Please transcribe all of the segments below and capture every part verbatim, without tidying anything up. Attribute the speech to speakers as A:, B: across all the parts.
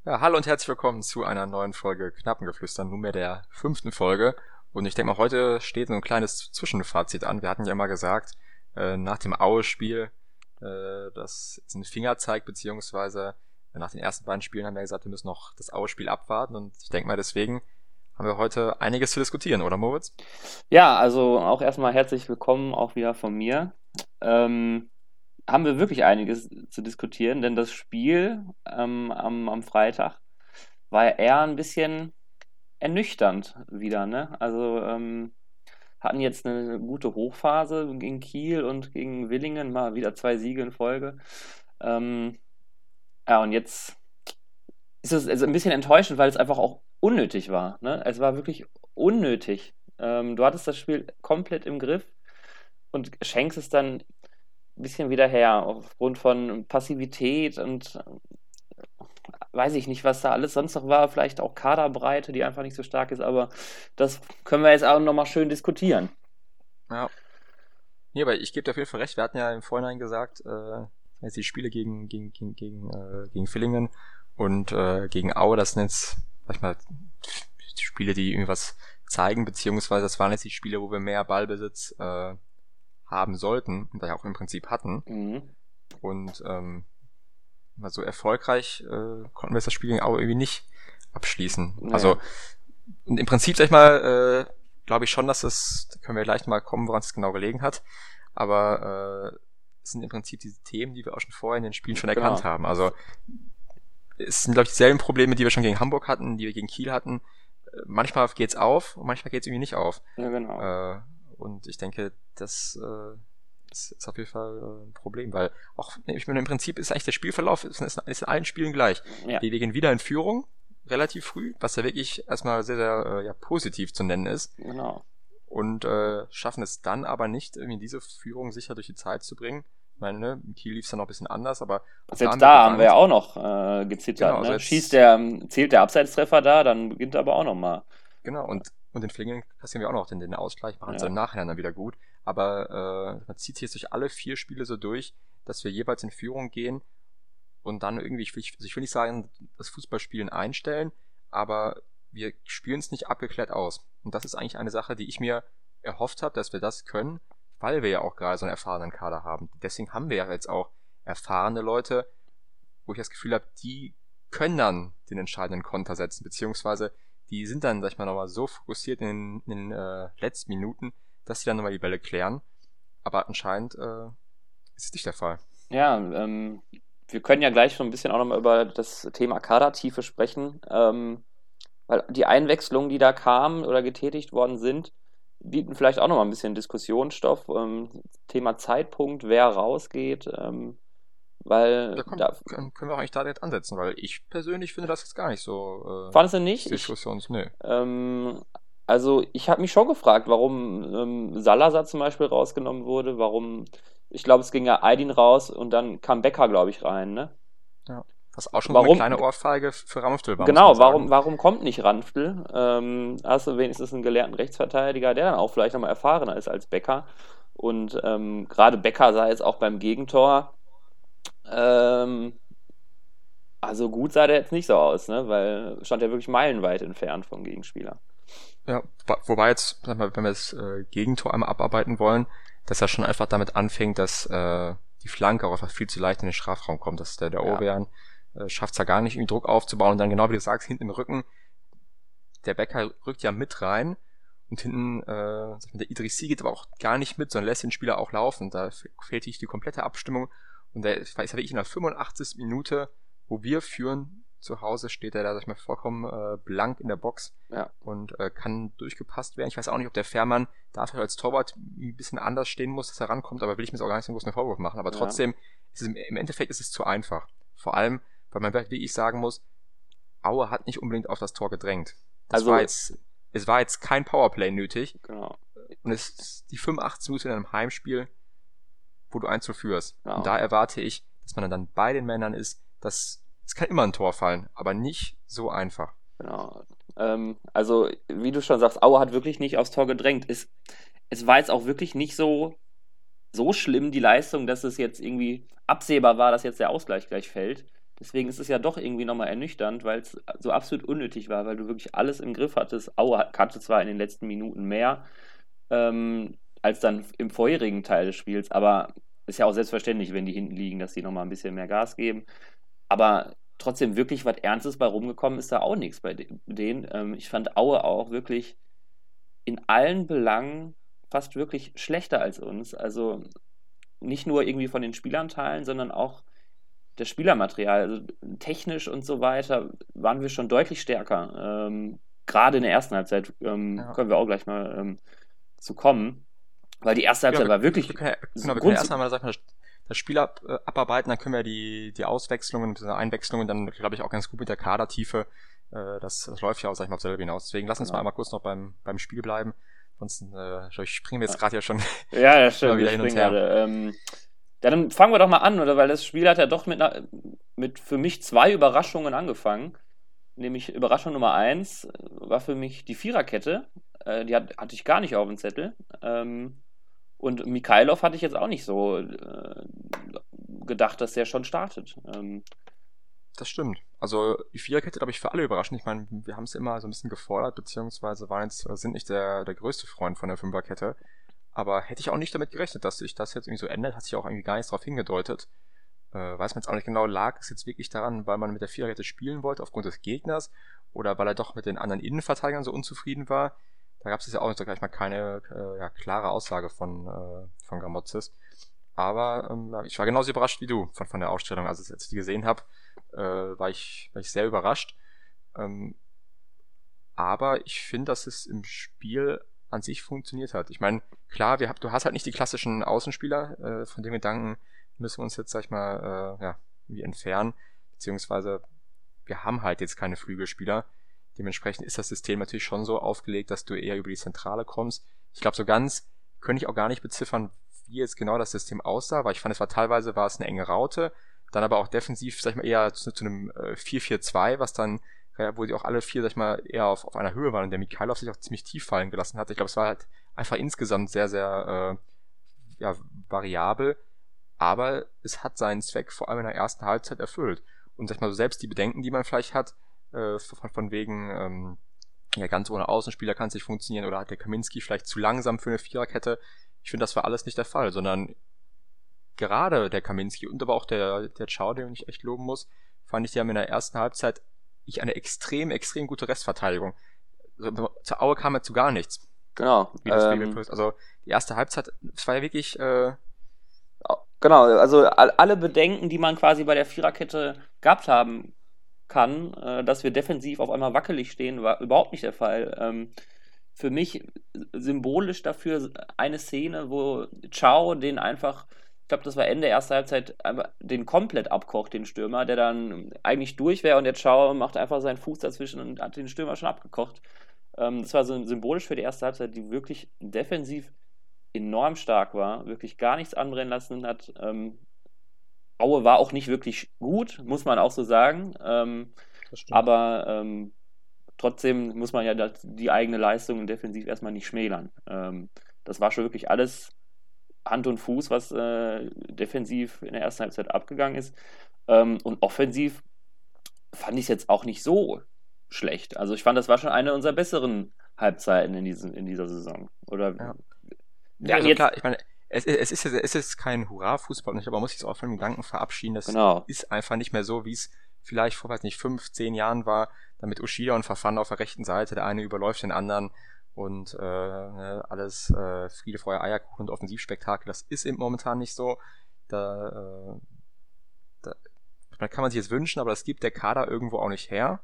A: Ja, hallo und herzlich willkommen zu einer neuen Folge Knappengeflüster, nunmehr der fünften Folge. Und ich denke mal, heute steht so ein kleines Zwischenfazit an. Wir hatten ja mal gesagt, äh, nach dem Aue-Spiel, äh, das ist ein Fingerzeig, beziehungsweise nach den ersten beiden Spielen haben wir gesagt, wir müssen noch das Aue-Spiel abwarten. Und ich denke mal, deswegen haben wir heute einiges zu diskutieren, oder Moritz?
B: Ja, also auch erstmal herzlich willkommen auch wieder von mir. Ähm, haben wir wirklich einiges zu diskutieren, denn das Spiel ähm, am, am Freitag war ja eher ein bisschen ernüchternd wieder, ne? Also ähm, hatten jetzt eine gute Hochphase gegen Kiel und gegen Willingen, mal wieder zwei Siege in Folge. Ähm, ja, und jetzt ist es also ein bisschen enttäuschend, weil es einfach auch unnötig war, ne? Es war wirklich unnötig. Ähm, du hattest das Spiel komplett im Griff und schenkst es dann ein bisschen wieder her, aufgrund von Passivität und äh, weiß ich nicht, was da alles sonst noch war, vielleicht auch Kaderbreite, die einfach nicht so stark ist, aber das können wir jetzt auch nochmal schön diskutieren.
A: Ja. Nee, aber ich gebe dir auf jeden Fall recht. Wir hatten ja im Vorhinein gesagt, äh, jetzt die Spiele gegen gegen gegen gegen, äh, gegen Villingen und äh, gegen Aue, das sind jetzt, sag ich mal, die Spiele, die irgendwie was zeigen, beziehungsweise das waren jetzt die Spiele, wo wir mehr Ballbesitz äh, haben sollten und da auch im Prinzip hatten.
B: Mhm.
A: Und ähm, mal so erfolgreich äh, konnten wir das Spiel gegen Aue irgendwie nicht abschließen.
B: Naja.
A: Also und im Prinzip, sag ich mal, äh, glaube ich schon, dass es, da können wir gleich mal kommen, woran es genau gelegen hat. Aber äh, es sind im Prinzip diese Themen, die wir auch schon vorher in den Spielen schon erkannt
B: Genau.
A: haben. Also es sind, glaube ich, dieselben Probleme, die wir schon gegen Hamburg hatten, die wir gegen Kiel hatten. Äh, Manchmal geht's auf und manchmal geht's irgendwie nicht auf.
B: Ja, genau.
A: Äh, und ich denke, das äh, ist, ist auf jeden Fall äh, ein Problem, weil auch, ich meine, im Prinzip ist eigentlich der Spielverlauf ist, ist, ist in allen Spielen gleich.
B: Ja,
A: Wir, wir gehen wieder in Führung, relativ früh, was ja wirklich erstmal sehr, sehr äh, ja, positiv zu nennen ist.
B: genau.
A: Und äh, schaffen es dann aber nicht, irgendwie diese Führung sicher durch die Zeit zu bringen. Ich meine, ne, in Kiel lief es dann noch ein bisschen anders, aber auch da
B: Selbst
A: haben wir
B: da haben wir ja
A: gewandt.
B: auch noch äh, gezittert,
A: Genau, also
B: ne?
A: jetzt,
B: Schießt der, zählt der Abseitstreffer da, dann beginnt er aber auch nochmal.
A: genau, und, und in Vlingen passieren wir auch noch den, den Ausgleich, machen es
B: Ja,
A: im Nachhinein dann wieder gut. Aber äh, man zieht sich jetzt durch alle vier Spiele so durch, dass wir jeweils in Führung gehen und dann irgendwie, ich will, also ich will nicht sagen, das Fußballspielen einstellen, aber wir spielen es nicht abgeklärt aus. Und das ist eigentlich eine Sache, die ich mir erhofft habe, dass wir das können, weil wir ja auch gerade so einen erfahrenen Kader haben. Deswegen haben wir ja jetzt auch erfahrene Leute, wo ich das Gefühl habe, die können dann den entscheidenden Konter setzen, beziehungsweise die sind dann, sag ich mal, nochmal so fokussiert in den, in den äh, letzten Minuten, dass sie dann nochmal die Bälle klären. Aber anscheinend äh, ist es nicht der Fall.
B: ja ähm, wir können ja gleich schon ein bisschen auch nochmal über das Thema Kadertiefe sprechen, ähm, weil die Einwechslungen, die da kamen oder getätigt worden sind, bieten vielleicht auch nochmal ein bisschen Diskussionsstoff. Ähm, Thema Zeitpunkt, wer rausgeht, ähm, weil
A: Da komm,
B: da
A: können, können wir auch eigentlich da direkt ansetzen, weil ich persönlich finde das jetzt gar nicht so
B: fandest du
A: äh,
B: nicht? Ich,
A: diskussions... Nö.
B: ähm, also ich habe mich schon gefragt, warum ähm, Salazar zum Beispiel rausgenommen wurde, warum, ich glaube, es ging ja Aydin raus und dann kam Becker, glaube ich, rein, ne?
A: Ja. Was auch schon so eine
B: Warum,
A: kleine Ohrfeige für Ramsdale war, muss man
B: genau,
A: sagen.
B: warum, warum kommt nicht Ranftl? Ähm, hast du wenigstens einen gelernten Rechtsverteidiger, der dann auch vielleicht nochmal erfahrener ist als Becker. Und ähm, gerade Becker sah jetzt auch beim Gegentor, ähm, also gut sah der jetzt nicht so aus, ne? Weil stand ja wirklich meilenweit entfernt vom Gegenspieler.
A: Ja, wo- wobei jetzt, sag mal, wenn wir das äh, Gegentor einmal abarbeiten wollen, dass er schon einfach damit anfängt, dass äh, die Flanke auch einfach viel zu leicht in den Strafraum kommt, dass der, der
B: Ja,
A: Orwean äh, schafft es ja gar nicht, irgendwie Druck aufzubauen und dann genau wie du sagst, hinten im Rücken, der Becker rückt ja mit rein und hinten, äh, sag mal, der Idrissi geht aber auch gar nicht mit, sondern lässt den Spieler auch laufen. Da fe- fehlt sich die komplette Abstimmung und der ist ja wirklich in der fünfundachtzigsten Minute, wo wir führen, zu Hause steht er da, sag ich mal, vollkommen äh, blank in der Box
B: ja,
A: und äh, kann durchgepasst werden. Ich weiß auch nicht, ob der Fährmann dafür als Torwart ein bisschen anders stehen muss, dass er rankommt, aber will ich mir jetzt auch gar nicht so einen großen Vorwurf machen. Aber
B: ja.
A: trotzdem, ist es im, im Endeffekt ist es zu einfach. Vor allem, weil man wirklich sagen muss, Aue hat nicht unbedingt auf das Tor gedrängt. Das war
B: Also,
A: jetzt, es war jetzt kein Powerplay nötig
B: genau.
A: und es ist die fünfundachtzig Minuten in einem Heimspiel, wo du eins zu führst.
B: Ja,
A: Und da erwarte ich, dass man dann bei den Männern ist, dass es kann immer ein Tor fallen, aber nicht so einfach.
B: genau. Ähm, also, wie du schon sagst, Aue hat wirklich nicht aufs Tor gedrängt. Es, es war jetzt auch wirklich nicht so, so schlimm, die Leistung, dass es jetzt irgendwie absehbar war, dass jetzt der Ausgleich gleich fällt. Deswegen ist es ja doch irgendwie nochmal ernüchternd, weil es so absolut unnötig war, weil du wirklich alles im Griff hattest. Aue hatte zwar in den letzten Minuten mehr ähm, als dann im vorherigen Teil des Spiels, aber ist ja auch selbstverständlich, wenn die hinten liegen, dass die nochmal ein bisschen mehr Gas geben. Aber trotzdem wirklich was Ernstes bei rumgekommen ist da auch nichts bei denen. Ähm, ich fand Aue auch wirklich in allen Belangen fast wirklich schlechter als uns. Also nicht nur irgendwie von den Spielanteilen, sondern auch das Spielermaterial. Also technisch und so weiter waren wir schon deutlich stärker. Ähm, gerade in der ersten Halbzeit ähm,
A: Ja.
B: können wir auch gleich mal ähm, zu kommen. Weil die erste Halbzeit
A: Ja, wir,
B: war wirklich.
A: Wir können, genau, wir können erst einmal sag ich mal, das Spiel ab, äh, abarbeiten, dann können wir die, die Auswechslungen, die Einwechslungen dann, glaube ich, auch ganz gut mit der Kadertiefe. Äh, das, das läuft ja auch, sag ich mal, auf selber hinaus. Deswegen lass uns
B: Genau.
A: mal einmal kurz noch beim, beim Spiel bleiben. Ansonsten äh, springen wir jetzt gerade ja schon.
B: Ja, ja, stimmt.
A: wieder
B: Wir
A: hin und
B: springen
A: her.
B: gerade. Ähm, ja, dann fangen wir doch mal an, oder? Weil das Spiel hat ja doch mit, einer, mit für mich zwei Überraschungen angefangen. Nämlich Überraschung Nummer eins war für mich die Viererkette. Äh, die hat, hatte ich gar nicht auf dem Zettel. Ähm, und Mikhailov hatte ich jetzt auch nicht so äh, gedacht, dass der schon startet. Ähm,
A: Das stimmt. Also die Viererkette, glaube ich, für alle überraschend. Ich meine, wir haben es immer so ein bisschen gefordert, beziehungsweise waren jetzt, sind nicht der, der größte Freund von der Fünferkette. Aber hätte ich auch nicht damit gerechnet, dass sich das jetzt irgendwie so ändert, hat sich auch irgendwie gar nichts darauf hingedeutet. Äh, weiß man jetzt auch nicht genau, lag es jetzt wirklich daran, weil man mit der Viererkette spielen wollte aufgrund des Gegners oder weil er doch mit den anderen Innenverteidigern so unzufrieden war. Da gab es ja auch noch gleich mal keine äh, ja, klare Aussage von, äh, von Gramotzes. Aber ähm, ich war genauso überrascht wie du von, von der Ausstellung. Also als ich die gesehen habe, äh, war, ich, war ich sehr überrascht. Ähm, aber ich finde, dass es im Spiel an sich funktioniert hat. Ich meine, klar, wir hab, du hast halt nicht die klassischen Außenspieler. Äh, von dem Gedanken müssen wir uns jetzt, sag ich mal, äh, ja, irgendwie entfernen. Beziehungsweise wir haben halt jetzt keine Flügelspieler. Dementsprechend ist das System natürlich schon so aufgelegt, dass du eher über die Zentrale kommst. Ich glaube, so ganz könnte ich auch gar nicht beziffern, wie jetzt genau das System aussah, weil ich fand, es war teilweise war es eine enge Raute, dann aber auch defensiv, sag ich mal, eher zu, zu einem äh, vier vier zwei, was dann, äh, wo die auch alle vier, sag ich mal, eher auf, auf einer Höhe waren und der Mikhailov sich auch ziemlich tief fallen gelassen hat. Ich glaube, es war halt einfach insgesamt sehr, sehr äh, ja, variabel, aber es hat seinen Zweck vor allem in der ersten Halbzeit erfüllt. Und sag ich mal, so selbst die Bedenken, die man vielleicht hat, äh, von, von wegen, ähm, ja, ganz ohne Außenspieler kann es nicht funktionieren oder hat der Kaminski vielleicht zu langsam für eine Viererkette. Ich finde, das war alles nicht der Fall, sondern gerade der Kaminski und aber auch der, der Chow, den ich echt loben muss, fand ich, die haben in der ersten Halbzeit ich eine extrem, extrem gute Restverteidigung. Also, zur Aue kam ja zu gar nichts.
B: genau.
A: Wie das
B: Ähm,
A: also die erste Halbzeit, es war ja wirklich, äh,
B: genau, also all, alle Bedenken, die man quasi bei der Viererkette gehabt haben kann, äh, dass wir defensiv auf einmal wackelig stehen, war überhaupt nicht der Fall. Ähm, für mich symbolisch dafür eine Szene, wo Chow den einfach, ich glaube, das war Ende erster Halbzeit, einfach den komplett abkocht, den Stürmer, der dann eigentlich durch wäre und der Chow macht einfach seinen Fuß dazwischen und hat den Stürmer schon abgekocht. Ähm, das war so symbolisch für die erste Halbzeit, die wirklich defensiv enorm stark war, wirklich gar nichts anbrennen lassen hat. Ähm, Aue war auch nicht wirklich gut, muss man auch so sagen. Ähm,
A: das stimmt.
B: aber ähm, trotzdem muss man ja das, die eigene Leistung defensiv erstmal nicht schmälern. Ähm, das war schon wirklich alles Hand und Fuß, was äh, defensiv in der ersten Halbzeit abgegangen ist. Ähm, und offensiv fand ich es jetzt auch nicht so schlecht. Also ich fand, das war schon eine unserer besseren Halbzeiten in, diesen, in dieser Saison. Oder
A: Ja.
B: wir
A: Ja,
B: haben
A: also
B: jetzt,
A: klar, ich meine, es, es, ist, es ist kein Hurra-Fußball, aber man muss sich auch von dem Gedanken verabschieden, das
B: genau.
A: ist einfach nicht mehr so, wie es vielleicht vor, weiß nicht, fünf, zehn Jahren war, damit Ushida und Verfahren auf der rechten Seite, der eine überläuft den anderen und äh, ne, alles äh, Friede, Feuer, Eierkuchen und Offensivspektakel, das ist eben momentan nicht so. Da, äh, da da kann man sich jetzt wünschen, aber das gibt der Kader irgendwo auch nicht her.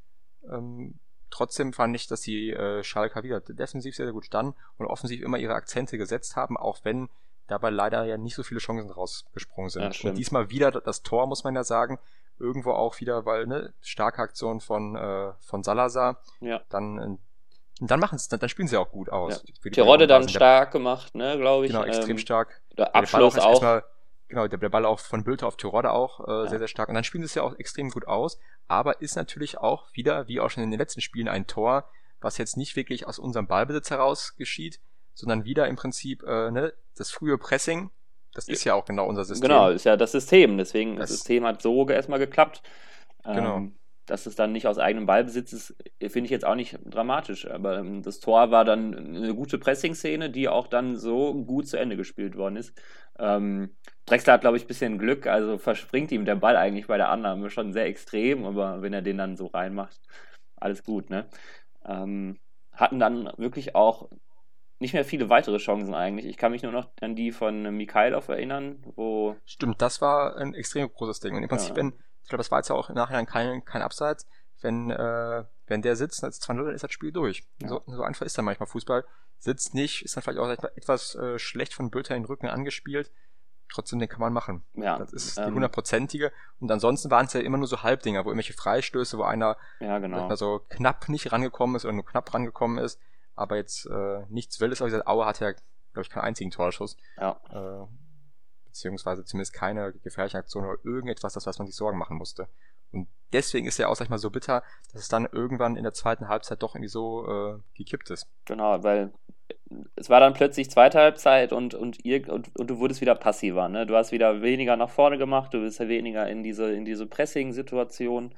A: Ähm, Trotzdem fand ich, dass die äh, Schalker wieder defensiv sehr, sehr gut standen und offensiv immer ihre Akzente gesetzt haben, auch wenn dabei leider ja nicht so viele Chancen rausgesprungen sind.
B: Ja,
A: und diesmal wieder das Tor, muss man ja sagen, irgendwo auch wieder, weil, ne, starke Aktion von, äh, von Salazar.
B: Ja.
A: Dann, äh, dann machen sie dann, dann spielen sie auch gut aus.
B: Ja. Terodde dann stark gemacht, ne, glaube ich.
A: Genau, extrem
B: ähm,
A: stark.
B: Der Abschluss
A: der
B: auch.
A: Erstmal, genau, der, der Ball auch von Bülter auf Terodde auch äh,
B: ja.
A: sehr, sehr stark. Und dann spielen sie es ja auch extrem gut aus. Aber ist natürlich auch wieder, wie auch schon in den letzten Spielen, ein Tor, was jetzt nicht wirklich aus unserem Ballbesitz heraus geschieht, sondern wieder im Prinzip äh, ne, das frühe Pressing das ist ja auch genau unser System.
B: Genau, ist ja das System. Deswegen, das,
A: Das-
B: System hat so erstmal geklappt.
A: Genau.
B: Ähm, dass es dann nicht aus eigenem Ballbesitz ist, finde ich jetzt auch nicht dramatisch. Aber ähm, das Tor war dann eine gute Pressing-Szene, die auch dann so gut zu Ende gespielt worden ist. Ähm, Drexler hat, glaube ich, ein bisschen Glück, also verspringt ihm der Ball eigentlich bei der Annahme schon sehr extrem, aber wenn er den dann so reinmacht, alles gut, ne? Ähm, hatten dann wirklich auch nicht mehr viele weitere Chancen eigentlich. Ich kann mich nur noch an die von Mikhailov erinnern, wo...
A: Stimmt, das war ein extrem großes Ding. Und im Prinzip,
B: Ja.
A: wenn, ich glaube, das war jetzt ja auch im Nachhinein kein, kein Abseits, wenn, äh, wenn der sitzt, als zwei null, dann ist das Spiel durch.
B: Ja.
A: So, so einfach ist dann manchmal Fußball. Sitzt nicht, ist dann vielleicht auch etwas äh, schlecht von Bülter in den Rücken angespielt. Trotzdem, den kann man machen.
B: Ja,
A: Das ist die
B: ähm,
A: hundertprozentige. Und ansonsten waren es ja immer nur so Halbdinger, wo irgendwelche Freistöße, wo einer
B: ja,
A: sag ich
B: genau.
A: mal, so knapp nicht rangekommen ist oder nur knapp rangekommen ist, aber jetzt äh, nichts Wildes. Aber wie gesagt, Aue hat ja, glaube ich, keinen einzigen Torschuss.
B: Ja.
A: Äh, beziehungsweise zumindest keine gefährliche Aktion oder irgendetwas, das was man sich Sorgen machen musste. Und deswegen ist ja auch, sag ich mal, so bitter, dass es dann irgendwann in der zweiten Halbzeit doch irgendwie so äh, gekippt ist.
B: Genau, weil es war dann plötzlich zweite Halbzeit und, und, ihr, und, und du wurdest wieder passiver. Ne? Du hast wieder weniger nach vorne gemacht, du bist ja weniger in diese, in diese Pressing-Situation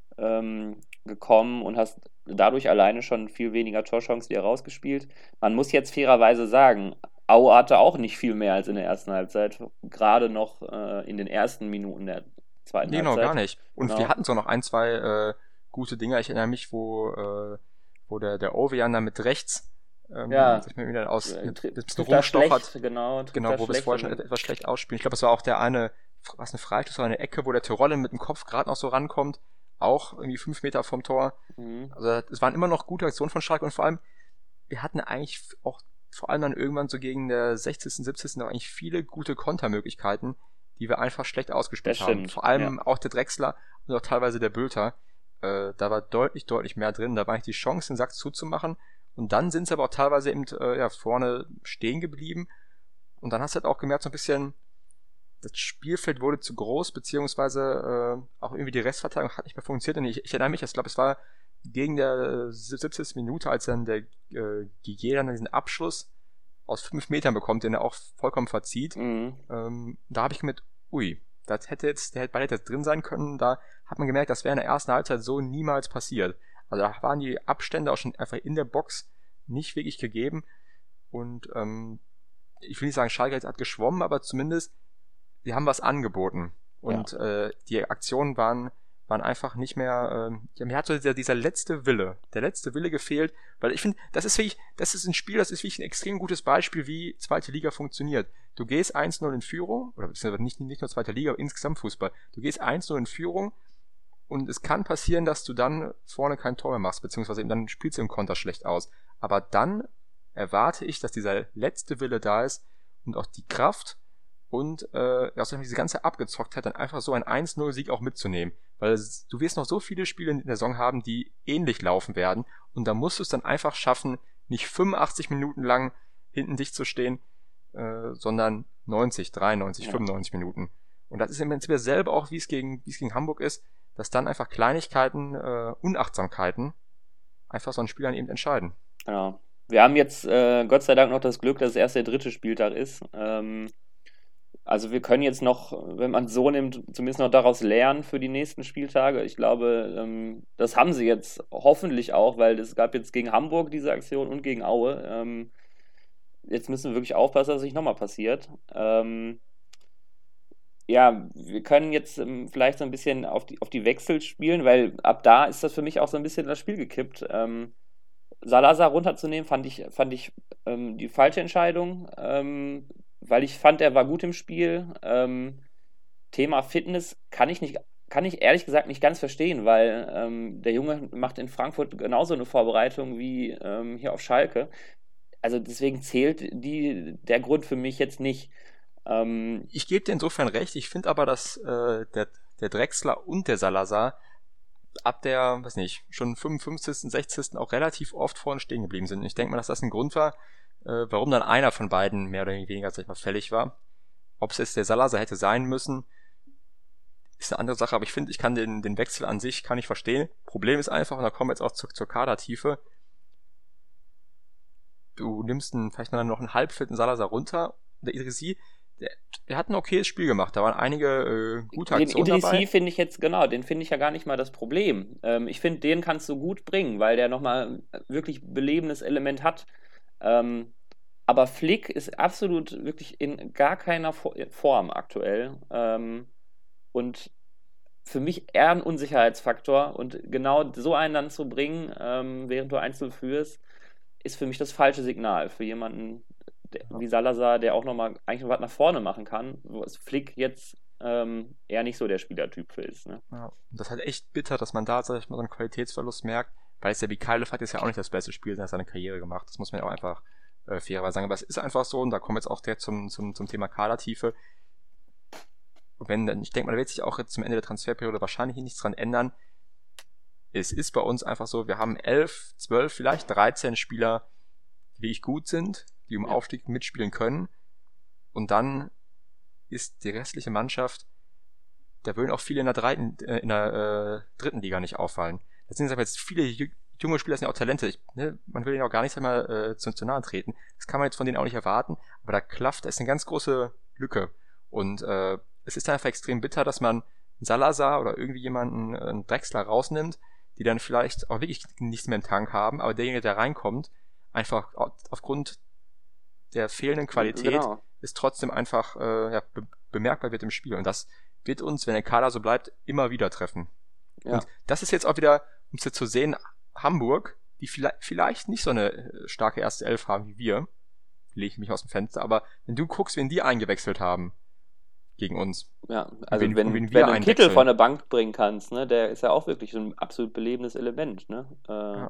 B: ähm, gekommen und hast dadurch alleine schon viel weniger Torchancen dir rausgespielt. Man muss jetzt fairerweise sagen, Aue hatte auch nicht viel mehr als in der ersten Halbzeit, gerade noch äh, in den ersten Minuten der zweiten
A: Nee,
B: Halbzeit.
A: genau, gar nicht. Und
B: Genau.
A: wir hatten so noch ein, zwei äh, gute Dinger. Ich erinnere mich, wo, äh, wo der, der Ovejan da mit rechts ähm,
B: Ja.
A: sich mir wieder aus
B: Äh,
A: mit,
B: tri-
A: mit ein bisschen
B: trifft da
A: rumstochert.
B: schlecht, genau. trifft
A: Genau,
B: da
A: wo wir es
B: schlecht
A: vorher schon
B: und-
A: etwas schlecht ausspielen. Ich glaube, es war auch der eine, was eine Freistoß oder eine Ecke, wo der Tyrolle mit dem Kopf gerade noch so rankommt. Auch irgendwie fünf Meter vom Tor.
B: Mhm.
A: Also es waren immer noch gute Aktionen von Schalke und vor allem, wir hatten eigentlich auch vor allem dann irgendwann so gegen der sechzigsten, siebzigsten noch eigentlich viele gute Kontermöglichkeiten, die wir einfach schlecht ausgespielt
B: Das
A: haben.
B: stimmt,
A: Vor allem
B: ja.
A: auch der Drechsler und auch teilweise der Bülter. Äh, da war deutlich, deutlich mehr drin. Da war eigentlich die Chance, den Sack zuzumachen. Und dann sind sie aber auch teilweise eben äh, ja, vorne stehen geblieben. Und dann hast du halt auch gemerkt, so ein bisschen, das Spielfeld wurde zu groß, beziehungsweise äh, auch irgendwie die Restverteidigung hat nicht mehr funktioniert. Und ich, ich erinnere mich, ich glaube, es war gegen der siebzigsten Minute, als dann der äh, Gigier dann diesen Abschluss aus fünf Metern bekommt, den er auch vollkommen verzieht.
B: Mhm.
A: Ähm, da habe ich gemerkt, ui, das hätte jetzt, der Ball hätte jetzt drin sein können. Da hat man gemerkt, das wäre in der ersten Halbzeit so niemals passiert. Also da waren die Abstände auch schon einfach in der Box nicht wirklich gegeben. Und ähm, ich will nicht sagen, Schalke hat geschwommen, aber zumindest sie haben was angeboten. Und äh, die Aktionen waren, waren einfach nicht mehr, ähm, ja, mir hat so dieser, dieser letzte Wille, der letzte Wille gefehlt, weil ich finde, das ist wirklich, das ist ein Spiel, das ist wirklich ein extrem gutes Beispiel, wie zweite Liga funktioniert. Du gehst eins null in Führung, oder beziehungsweise nicht, nicht nur zweite Liga, aber insgesamt Fußball. Du gehst eins null in Führung und es kann passieren, dass du dann vorne kein Tor mehr machst, beziehungsweise eben dann spielst du im Konter schlecht aus. Aber dann erwarte ich, dass dieser letzte Wille da ist und auch die Kraft und äh, außerdem diese ganze Abgezocktheit, dann einfach so ein eins null Sieg auch mitzunehmen. Weil es, du wirst noch so viele Spiele in der Saison haben, die ähnlich laufen werden und da musst du es dann einfach schaffen, nicht fünfundachtzig Minuten lang hinten dicht zu stehen, äh, sondern neunzig, dreiundneunzig,
B: Ja.
A: fünfundneunzig Minuten. Und das ist im Prinzip selber auch, wie es gegen, wie es gegen Hamburg ist, dass dann einfach Kleinigkeiten, äh, Unachtsamkeiten einfach so ein Spiel dann eben entscheiden.
B: Genau. Wir haben jetzt äh, Gott sei Dank noch das Glück, dass es erst der dritte Spieltag ist. Ähm, also wir können jetzt noch, wenn man es so nimmt, zumindest noch daraus lernen für die nächsten Spieltage. Ich glaube, ähm, das haben sie jetzt hoffentlich auch, weil es gab jetzt gegen Hamburg diese Aktion und gegen Aue. Ähm, jetzt müssen wir wirklich aufpassen, dass es nicht nochmal passiert. Ähm, ja, wir können jetzt ähm, vielleicht so ein bisschen auf die, auf die Wechsel spielen, weil ab da ist das für mich auch so ein bisschen das Spiel gekippt. Ähm, Salazar runterzunehmen, fand ich, fand ich ähm, die falsche Entscheidung, ähm, weil ich fand, er war gut im Spiel. Ähm, Thema Fitness kann ich nicht, kann ich ehrlich gesagt nicht ganz verstehen, weil ähm, der Junge macht in Frankfurt genauso eine Vorbereitung wie ähm, hier auf Schalke. Also deswegen zählt die, der Grund für mich jetzt nicht. Ähm,
A: Ich gebe dir insofern recht, ich finde aber, dass äh, der, der Drechsler und der Salazar ab der, weiß nicht, schon fünfundfünfzigsten, sechzigsten auch relativ oft vorne stehen geblieben sind. Und ich denke mal, dass das ein Grund war, äh, warum dann einer von beiden mehr oder weniger, sag ich mal, fällig war. Ob es jetzt der Salazar hätte sein müssen, ist eine andere Sache, aber ich finde, ich kann den, den Wechsel an sich, kann ich verstehen. Problem ist einfach, und da kommen wir jetzt auch zur, zur Kadertiefe, du nimmst einen, vielleicht noch einen halbfitten Salazar runter, der Idrissi, der, der hat ein okayes Spiel gemacht. Da waren einige äh, gute Aktionen
B: den
A: dabei.
B: Idrissi finde ich jetzt, genau, den finde ich ja gar nicht mal das Problem. Ähm, ich finde, den kannst du gut bringen, weil der nochmal wirklich belebendes Element hat. Ähm, aber Flick ist absolut wirklich in gar keiner Form aktuell. Ähm, und für mich eher ein Unsicherheitsfaktor. Und genau so einen dann zu bringen, ähm, während du eins null führst, ist für mich das falsche Signal für jemanden der,
A: Ja.
B: wie Salazar, der auch nochmal eigentlich noch was nach vorne machen kann, wo es Flick jetzt ähm, eher nicht so der Spielertyp für ist. Ne?
A: Ja. Und das ist halt echt bitter, dass man da, sag ich mal, so einen Qualitätsverlust merkt, weil es ja wie Kyle hat jetzt ja auch nicht das beste Spiel in seiner Karriere gemacht. Das muss man ja auch einfach äh, fairerweise sagen. Aber es ist einfach so, und da kommen wir jetzt auch direkt zum, zum, zum Thema Kadertiefe. Wenn, ich denke mal, da wird sich auch jetzt zum Ende der Transferperiode wahrscheinlich nichts dran ändern. Es ist bei uns einfach so, wir haben elf, zwölf, vielleicht dreizehn Spieler, die wirklich gut sind, die im
B: Ja.
A: Aufstieg mitspielen können. Und dann ist die restliche Mannschaft, da würden auch viele in der, dreiten, äh, in der äh, dritten Liga nicht auffallen. Das sind aber jetzt viele ju- junge Spieler, das sind ja auch Talente. Ich, ne, man will ihnen auch gar nicht einmal äh, zu, zu nahe treten. Das kann man jetzt von denen auch nicht erwarten. Aber da klafft, da ist eine ganz große Lücke. Und äh, es ist einfach extrem bitter, dass man einen Salazar oder irgendwie jemanden, äh, einen Drexler rausnimmt, die dann vielleicht auch wirklich nichts mehr im Tank haben, aber derjenige, der reinkommt, einfach aufgrund der fehlenden Qualität
B: Genau.
A: ist trotzdem einfach äh, ja, be- bemerkbar wird im Spiel. Und das wird uns, wenn der Kader so bleibt, immer wieder treffen.
B: Ja.
A: Und das ist jetzt auch wieder, um es jetzt zu sehen, Hamburg, die vielleicht, vielleicht nicht so eine äh, starke erste Elf haben wie wir, lege ich mich aus dem Fenster, aber wenn du guckst, wen die eingewechselt haben gegen uns.
B: Ja, also
A: wen-
B: wenn,
A: wen
B: wenn
A: wir
B: du einen Kittel
A: einwechseln.
B: von der Bank bringen kannst, ne, der ist ja auch wirklich so ein absolut belebendes Element. Ne? Äh,
A: Ja.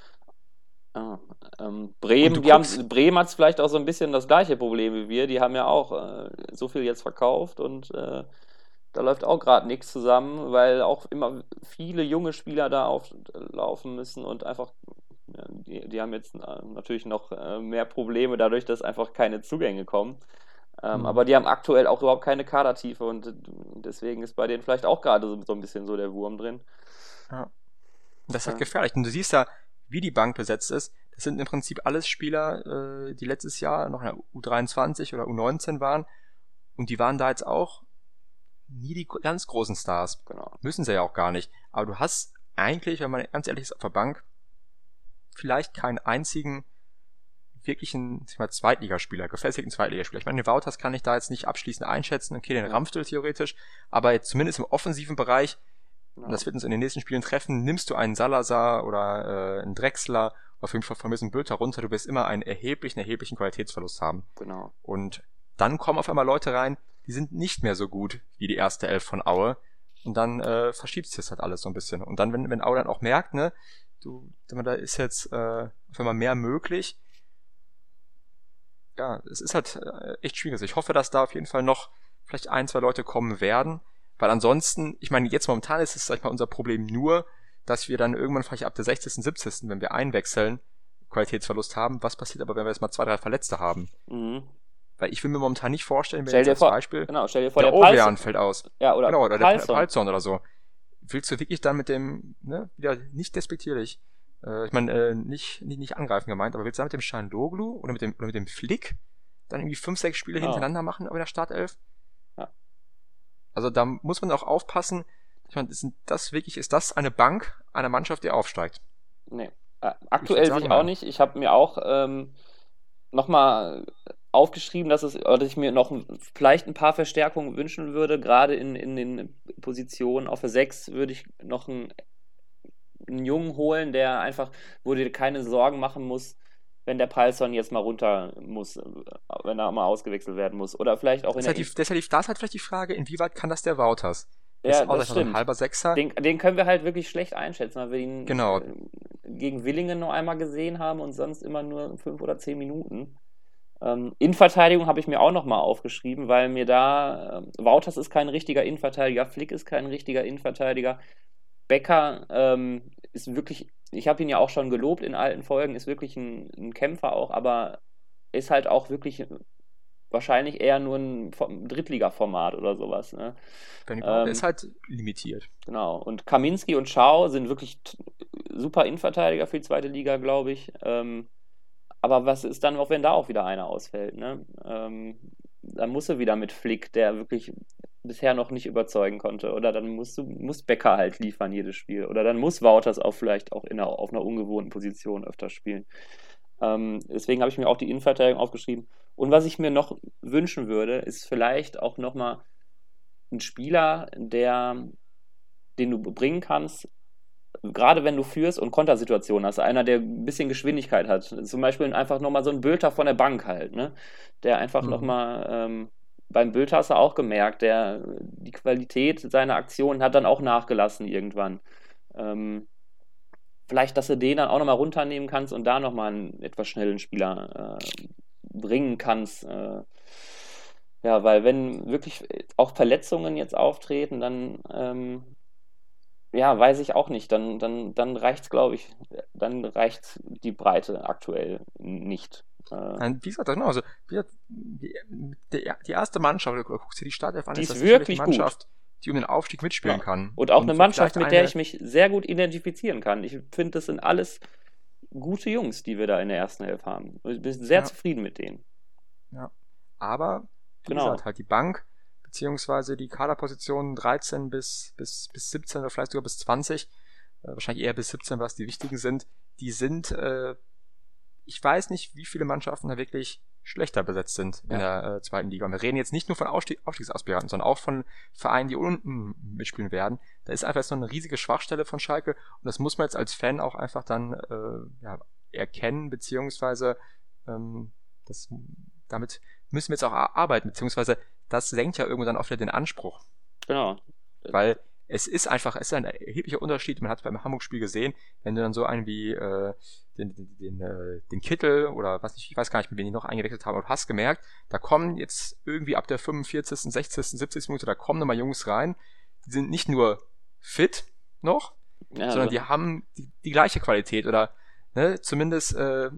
B: ah, ähm,
A: Und
B: Bremen,
A: du
B: die haben,
A: guckst-
B: Bremen hat vielleicht auch so ein bisschen das gleiche Problem wie wir. Die haben ja auch äh, so viel jetzt verkauft und äh, da läuft auch gerade nichts zusammen, weil auch immer viele junge Spieler da auflaufen müssen und einfach, ja, die, die haben jetzt äh, natürlich noch äh, mehr Probleme dadurch, dass einfach keine Zugänge kommen. Ähm,
A: Mhm.
B: Aber die haben aktuell auch überhaupt keine Kadertiefe und äh, deswegen ist bei denen vielleicht auch gerade so, so ein bisschen so der Wurm drin.
A: Ja. Und das ist halt
B: Ja.
A: gefährlich. Und du siehst da, wie die Bank besetzt ist. Das sind im Prinzip alles Spieler, äh, die letztes Jahr noch in der U dreiundzwanzig oder U neunzehn waren. Und die waren da jetzt auch nie die ganz großen Stars.
B: Genau.
A: Müssen sie ja auch gar nicht. Aber du hast eigentlich, wenn man ganz ehrlich ist, auf der Bank vielleicht keinen einzigen wirklichen, sag ich mal, Zweitligaspieler, gefestigten Zweitligaspieler. Ich meine, den Wouters kann ich da jetzt nicht abschließend einschätzen. Okay, den
B: Ja.
A: Ramstel theoretisch. Aber jetzt zumindest im offensiven Bereich,
B: Genau.
A: und das wird uns in den nächsten Spielen treffen, nimmst du einen Salazar oder äh, einen Drexler oder für mich von mir so einen Bülter runter, du wirst immer einen erheblichen, erheblichen Qualitätsverlust haben.
B: Genau.
A: Und dann kommen auf einmal Leute rein, die sind nicht mehr so gut wie die erste Elf von Aue. Und dann äh, verschiebt sich das halt alles so ein bisschen. Und dann, wenn, wenn Aue dann auch merkt, ne, du, da ist jetzt äh, auf einmal mehr möglich. Ja, es ist halt äh, echt schwierig. Ich hoffe, dass da auf jeden Fall noch vielleicht ein, zwei Leute kommen werden. Weil ansonsten, ich meine, jetzt momentan ist es, sag ich mal, unser Problem nur, dass wir dann irgendwann vielleicht ab der sechzigsten, siebzigsten, wenn wir einwechseln, Qualitätsverlust haben. Was passiert aber, wenn wir jetzt mal zwei, drei Verletzte haben?
B: Mhm.
A: Weil ich will mir momentan nicht vorstellen, wenn
B: Stell
A: jetzt
B: dir
A: als
B: vor,
A: Beispiel
B: genau, stell dir vor,
A: der
B: der
A: Ovean
B: Palsson,
A: fällt aus.
B: ja, oder,
A: Genau, oder der
B: Palsson.
A: Palsson oder so. Willst du wirklich dann mit dem, ne, wieder nicht despektierlich, äh, ich meine, äh, nicht, nicht, nicht angreifen gemeint, aber willst du dann mit dem Schanloglu oder mit dem, oder mit dem Flick dann irgendwie fünf, sechs Spiele
B: Ja.
A: hintereinander machen in der Startelf?
B: Ja.
A: Also da muss man auch aufpassen, ich meine, ist das wirklich, ist das eine Bank einer Mannschaft, die aufsteigt?
B: Nee. Äh, aktuell
A: sagen,
B: sehe ich auch
A: nein.
B: nicht. Ich habe mir auch ähm, nochmal aufgeschrieben, dass es, oder dass ich mir noch ein- vielleicht ein paar Verstärkungen wünschen würde. Gerade in, in den Positionen auf der sechs würde ich noch einen, einen Jungen holen, der einfach, wo du dir keine Sorgen machen muss, wenn der Palsson jetzt mal runter muss, äh, wenn er mal ausgewechselt werden muss. Oder vielleicht auch in
A: Das ist,
B: der
A: halt die, das, ist halt die, das ist halt vielleicht die Frage, inwieweit kann das der Wouters?
B: Ja,
A: ist auch
B: das
A: sag ich mal, so ein
B: stimmt.
A: halber Sechser.
B: Den, den können wir halt wirklich schlecht einschätzen, weil wir ihn
A: Genau.
B: äh, gegen Willingen nur einmal gesehen haben und sonst immer nur fünf oder zehn Minuten. Ähm, Innenverteidigung habe ich mir auch nochmal aufgeschrieben, weil mir da, ähm, Wouters ist kein richtiger Innenverteidiger, Flick ist kein richtiger Innenverteidiger, Becker ähm, ist wirklich, ich habe ihn ja auch schon gelobt in alten Folgen, ist wirklich ein, ein Kämpfer auch, aber ist halt auch wirklich wahrscheinlich eher nur ein Form- Drittliga-Format oder sowas. Ne?
A: Wenn überhaupt,
B: Ähm,
A: der ist halt limitiert.
B: Genau. Und Kaminski und Schau sind wirklich t- super Innenverteidiger für die zweite Liga, glaube ich. Ähm, aber was ist dann auch, wenn da auch wieder einer ausfällt? Ne? Ähm, dann musst du wieder mit Flick, der wirklich bisher noch nicht überzeugen konnte. Oder dann musst du, muss Becker halt liefern jedes Spiel. Oder dann muss Wouters auch vielleicht auch in einer, auf einer ungewohnten Position öfter spielen. Ähm, deswegen habe ich mir auch die Innenverteidigung aufgeschrieben. Und was ich mir noch wünschen würde, ist vielleicht auch nochmal ein Spieler, der, den du bringen kannst, gerade wenn du führst und Kontersituationen hast, einer, der ein bisschen Geschwindigkeit hat. Zum Beispiel einfach nochmal so ein Bülter von der Bank halt, ne? Der einfach
A: Mhm.
B: nochmal, ähm, beim Bülter hast du auch gemerkt, der, die Qualität seiner Aktionen hat dann auch nachgelassen irgendwann. Ähm, vielleicht, dass du den dann auch nochmal runternehmen kannst und da nochmal einen etwas schnellen Spieler äh, bringen kannst. Äh, ja, weil wenn wirklich auch Verletzungen jetzt auftreten, dann ähm, ja, weiß ich auch nicht. Dann, dann, dann reicht es, glaube ich, dann reicht die Breite aktuell nicht. Äh,
A: Nein, wie gesagt, genau, also, wie gesagt, die, die, die erste Mannschaft, oder guckst dir die Startelf an,
B: die
A: ist
B: ist
A: das sicherlich
B: wirklich
A: eine
B: gut.
A: Mannschaft, die um den Aufstieg mitspielen
B: Ja.
A: kann.
B: Und auch eine Mannschaft,
A: vielleicht
B: mit der
A: eine,
B: ich mich sehr gut identifizieren kann. Ich finde, das sind alles gute Jungs, die wir da in der ersten Elf haben. Ich bin sehr
A: ja,
B: zufrieden mit denen.
A: ja. Aber, wie
B: Genau.
A: gesagt, halt die Bank, beziehungsweise die Kaderpositionen dreizehn bis, bis, bis siebzehn oder vielleicht sogar bis zwanzig, äh, wahrscheinlich eher bis siebzehn, was die wichtigen sind, die sind, äh, ich weiß nicht, wie viele Mannschaften da wirklich schlechter besetzt sind in
B: Ja.
A: der äh, zweiten Liga. Und wir reden jetzt nicht nur von Aufstieg, Aufstiegsaspiranten, sondern auch von Vereinen, die unten mitspielen werden. Da ist einfach so eine riesige Schwachstelle von Schalke und das muss man jetzt als Fan auch einfach dann äh, ja, erkennen, beziehungsweise ähm, das, damit müssen wir jetzt auch arbeiten, beziehungsweise das senkt ja irgendwo dann auch wieder den Anspruch.
B: Genau.
A: Weil es ist einfach, es ist ein erheblicher Unterschied, man hat es beim Hamburg-Spiel gesehen, wenn du dann so einen wie äh, den, den, den, äh, den Kittel oder was nicht, ich weiß gar nicht, mit wem die noch eingewechselt haben, aber hast gemerkt, da kommen jetzt irgendwie ab der fünfundvierzigsten, sechzigsten, siebzigsten Minute, da kommen nochmal Jungs rein, die sind nicht nur fit noch,
B: Ja,
A: sondern
B: also,
A: die haben die, die gleiche Qualität oder ne, zumindest äh,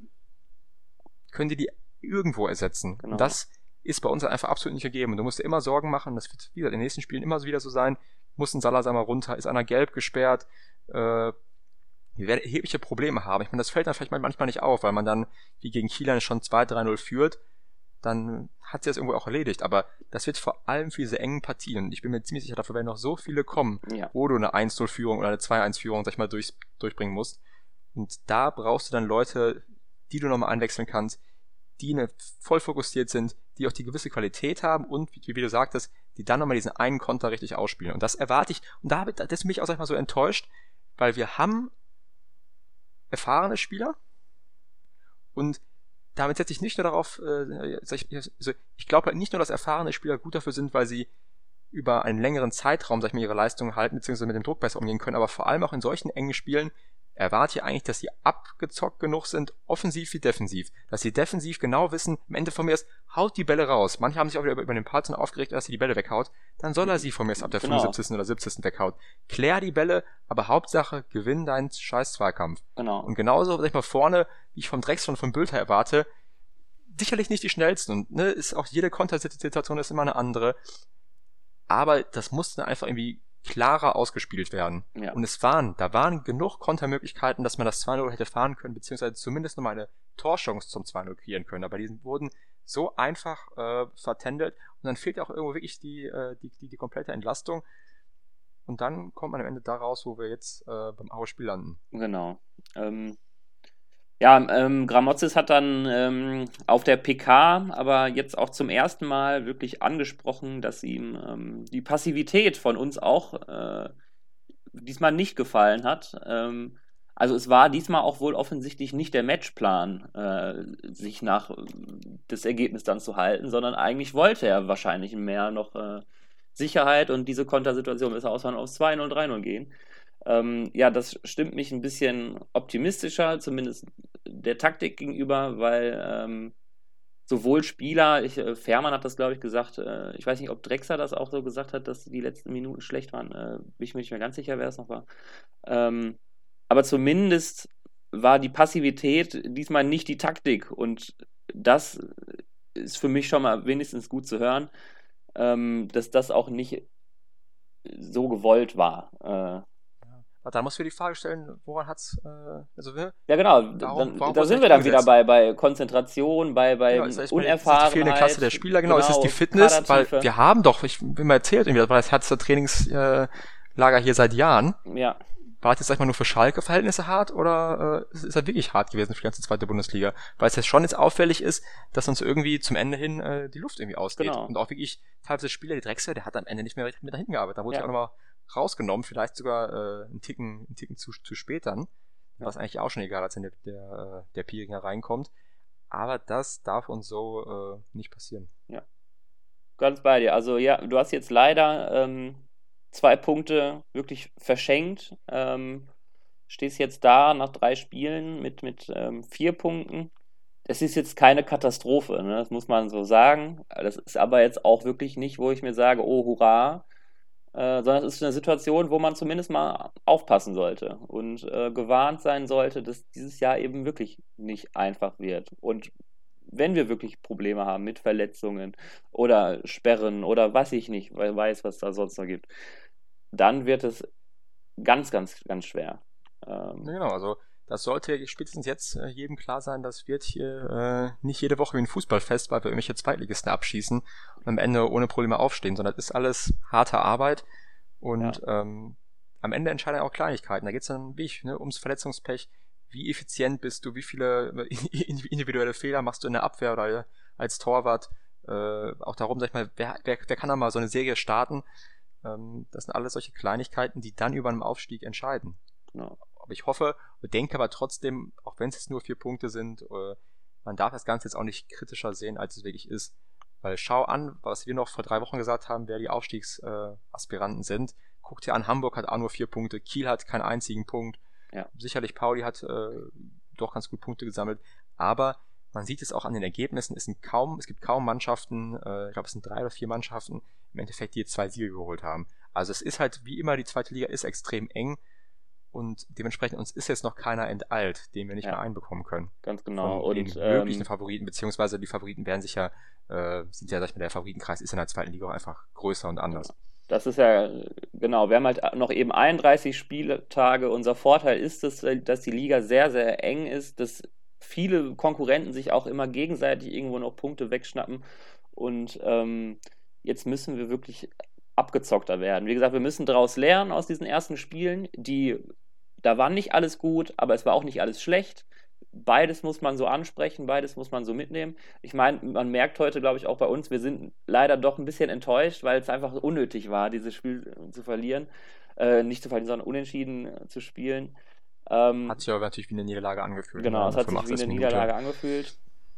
A: können die die irgendwo ersetzen.
B: Genau.
A: Und das ist bei uns einfach absolut nicht gegeben. Und du musst dir immer Sorgen machen, das wird wieder in den nächsten Spielen immer so wieder so sein, muss ein Salazar mal runter, ist einer gelb gesperrt, äh, wir werden erhebliche Probleme haben. Ich meine, das fällt dann vielleicht manchmal nicht auf, weil man dann wie gegen Kiel schon zwei drei null führt, dann hat sie das irgendwo auch erledigt. Aber das wird vor allem für diese engen Partien, und ich bin mir ziemlich sicher, dafür werden noch so viele kommen,
B: ja.
A: wo du eine eins null Führung oder eine zwei eins Führung, sag ich mal, durch, durchbringen musst. Und da brauchst du dann Leute, die du nochmal einwechseln kannst, die eine, voll fokussiert sind, die auch die gewisse Qualität haben und, wie, wie du sagtest, die dann nochmal diesen einen Konter richtig ausspielen. Und das erwarte ich, und da das bin ich auch, sag ich mal, so enttäuscht, weil wir haben erfahrene Spieler und damit setze ich nicht nur darauf, äh, ich, also ich glaube halt nicht nur, dass erfahrene Spieler gut dafür sind, weil sie über einen längeren Zeitraum, sag ich mal, ihre Leistungen halten, beziehungsweise mit dem Druck besser umgehen können, aber vor allem auch in solchen engen Spielen erwarte ich eigentlich, dass sie abgezockt genug sind, offensiv wie defensiv. Dass sie defensiv genau wissen, am Ende von mir ist, haut die Bälle raus. Manche haben sich auch wieder über, über den Palzen aufgeregt, dass sie die Bälle weghaut. Dann soll er sie von mir ab der
B: Genau.
A: fünfundsiebzigsten oder siebzigsten weghaut. Klär die Bälle, aber Hauptsache, gewinn deinen scheiß Zweikampf.
B: Genau.
A: Und genauso, sag ich mal, vorne, wie ich vom Drexler und vom Bülter erwarte, sicherlich nicht die schnellsten. Und ne, ist auch jede Kontersituation ist immer eine andere. Aber das muss dann einfach irgendwie klarer ausgespielt werden.
B: Ja.
A: Und es waren, da waren genug Kontermöglichkeiten, dass man das zwei null hätte fahren können, beziehungsweise zumindest nochmal eine Torchance zum zwei null kreieren können. Aber die wurden so einfach äh, vertändelt und dann fehlt auch irgendwo wirklich die, äh, die, die, die komplette Entlastung. Und dann kommt man am Ende da raus, wo wir jetzt äh, beim Aue-Spiel landen.
B: Genau. Ähm, ja, ähm, Gramotzis hat dann ähm, auf der P K aber jetzt auch zum ersten Mal wirklich angesprochen, dass ihm ähm, die Passivität von uns auch äh, diesmal nicht gefallen hat. Ähm, also es war diesmal auch wohl offensichtlich nicht der Matchplan, äh, sich nach äh, das Ergebnis dann zu halten, sondern eigentlich wollte er wahrscheinlich mehr noch äh, Sicherheit und diese Kontersituation bis er ausfahren aufs zwei null, drei null gehen. Ähm, ja, das stimmt mich ein bisschen optimistischer, zumindest der Taktik gegenüber, weil ähm, sowohl Spieler, ich, äh, Fährmann hat das, glaube ich, gesagt, äh, ich weiß nicht, ob Drexler das auch so gesagt hat, dass die letzten Minuten schlecht waren, äh, bin ich mir nicht mehr ganz sicher, wer es noch war. Ähm, aber zumindest war die Passivität diesmal nicht die Taktik und das ist für mich schon mal wenigstens gut zu hören, ähm, dass das auch nicht so gewollt war. Äh,
A: Da musst du dir die Frage stellen, woran hat's, äh, also, ne?
B: Ja, genau,
A: Warum,
B: dann,
A: warum
B: da
A: wurde
B: sind
A: es
B: wir
A: nicht
B: dann wieder
A: umgesetzt?
B: bei, bei Konzentration, bei, bei
A: Genau, ist, ist, meine, ist das die
B: Unerfahrenheit.
A: fehlende Klasse der Spieler, genau, ist es die Fitness, weil
B: Kadertiefe.
A: wir haben doch, ich bin mal erzählt, irgendwie, das war das härteste Trainingslager hier seit Jahren.
B: Ja.
A: War das jetzt, sag ich mal, nur für Schalke-Verhältnisse hart oder äh, ist er wirklich hart gewesen für die ganze zweite Bundesliga? Weil es ja schon jetzt auffällig ist, dass uns irgendwie zum Ende hin äh, die Luft irgendwie ausgeht.
B: Genau.
A: Und auch wirklich teilweise Spieler, die Drechsel, der hat am Ende nicht mehr richtig mit dahin gearbeitet. Da wurde
B: Ja.
A: ich auch nochmal rausgenommen, vielleicht sogar äh, einen Ticken, einen Ticken zu, zu spät dann.
B: Ja.
A: Was eigentlich auch schon egal, als wenn der, der, der Pieringer reinkommt. Aber das darf uns so äh, nicht passieren.
B: Ja. Ganz bei dir. Also ja, du hast jetzt leider ähm, zwei Punkte wirklich verschenkt. Ähm, stehst jetzt da nach drei Spielen mit, mit ähm, vier Punkten. Das ist jetzt keine Katastrophe, ne? Das muss man so sagen. Das ist aber jetzt auch wirklich nicht, wo ich mir sage, oh hurra, äh, sondern es ist eine Situation, wo man zumindest mal aufpassen sollte und äh, gewarnt sein sollte, dass dieses Jahr eben wirklich nicht einfach wird. Und wenn wir wirklich Probleme haben mit Verletzungen oder Sperren oder was ich nicht weil weiß, was da sonst noch gibt, dann wird es ganz, ganz, ganz schwer. Ähm,
A: Ja, genau, also das sollte spätestens jetzt äh, jedem klar sein, das wird hier äh, nicht jede Woche wie ein Fußballfest, weil wir irgendwelche Zweitligisten abschießen und am Ende ohne Probleme aufstehen, sondern das ist alles harte Arbeit und ähm, am Ende entscheiden auch Kleinigkeiten. Da geht es dann wie ich, ne, ums Verletzungspech. Wie effizient bist du? Wie viele individuelle Fehler machst du in der Abwehr oder als Torwart? Äh, auch darum, sag ich mal, wer, wer, wer kann da mal so eine Serie starten? Ähm, das sind alles solche Kleinigkeiten, die dann über einen Aufstieg entscheiden.
B: Genau.
A: Aber ich hoffe und denke aber trotzdem, auch wenn es jetzt nur vier Punkte sind, äh, man darf das Ganze jetzt auch nicht kritischer sehen, als es wirklich ist. Weil schau an, was wir noch vor drei Wochen gesagt haben, wer die Aufstiegsaspiranten äh, sind. Guck dir an, Hamburg hat auch nur vier Punkte, Kiel hat keinen einzigen Punkt.
B: Ja.
A: Sicherlich Pauli hat äh, doch ganz gut Punkte gesammelt, aber man sieht es auch an den Ergebnissen, es sind kaum, es gibt kaum Mannschaften, äh, ich glaube es sind drei oder vier Mannschaften im Endeffekt, die jetzt zwei Siege geholt haben. Also es ist halt, wie immer, die zweite Liga ist extrem eng und dementsprechend uns ist jetzt noch keiner enteilt, den wir nicht
B: Ja.
A: mehr einbekommen können.
B: Ganz genau.
A: Von
B: Und
A: den möglichen
B: ähm,
A: Favoriten, beziehungsweise die Favoriten werden sich ja, äh, sind ja, sag ich mal, der Favoritenkreis ist in der zweiten Liga auch einfach größer und anders.
B: das ist ja, genau, wir haben halt noch eben einunddreißig Spieltage. Unser Vorteil ist es, dass die Liga sehr, sehr eng ist, dass viele Konkurrenten sich auch immer gegenseitig irgendwo noch Punkte wegschnappen. Und ähm, jetzt müssen wir wirklich abgezockter werden. Wie gesagt, wir müssen daraus lernen aus diesen ersten Spielen. Die, da war nicht alles gut, aber es war auch nicht alles schlecht. Beides muss man so ansprechen, beides muss man so mitnehmen. Ich meine, man merkt heute, glaube ich, auch bei uns, wir sind leider doch ein bisschen enttäuscht, weil es einfach unnötig war, dieses Spiel zu verlieren. Äh, nicht zu verlieren, sondern unentschieden äh, zu spielen. Ähm,
A: Hat sich aber natürlich wie eine Niederlage angefühlt.
B: genau, es hat sich wie eine Niederlage angefühlt.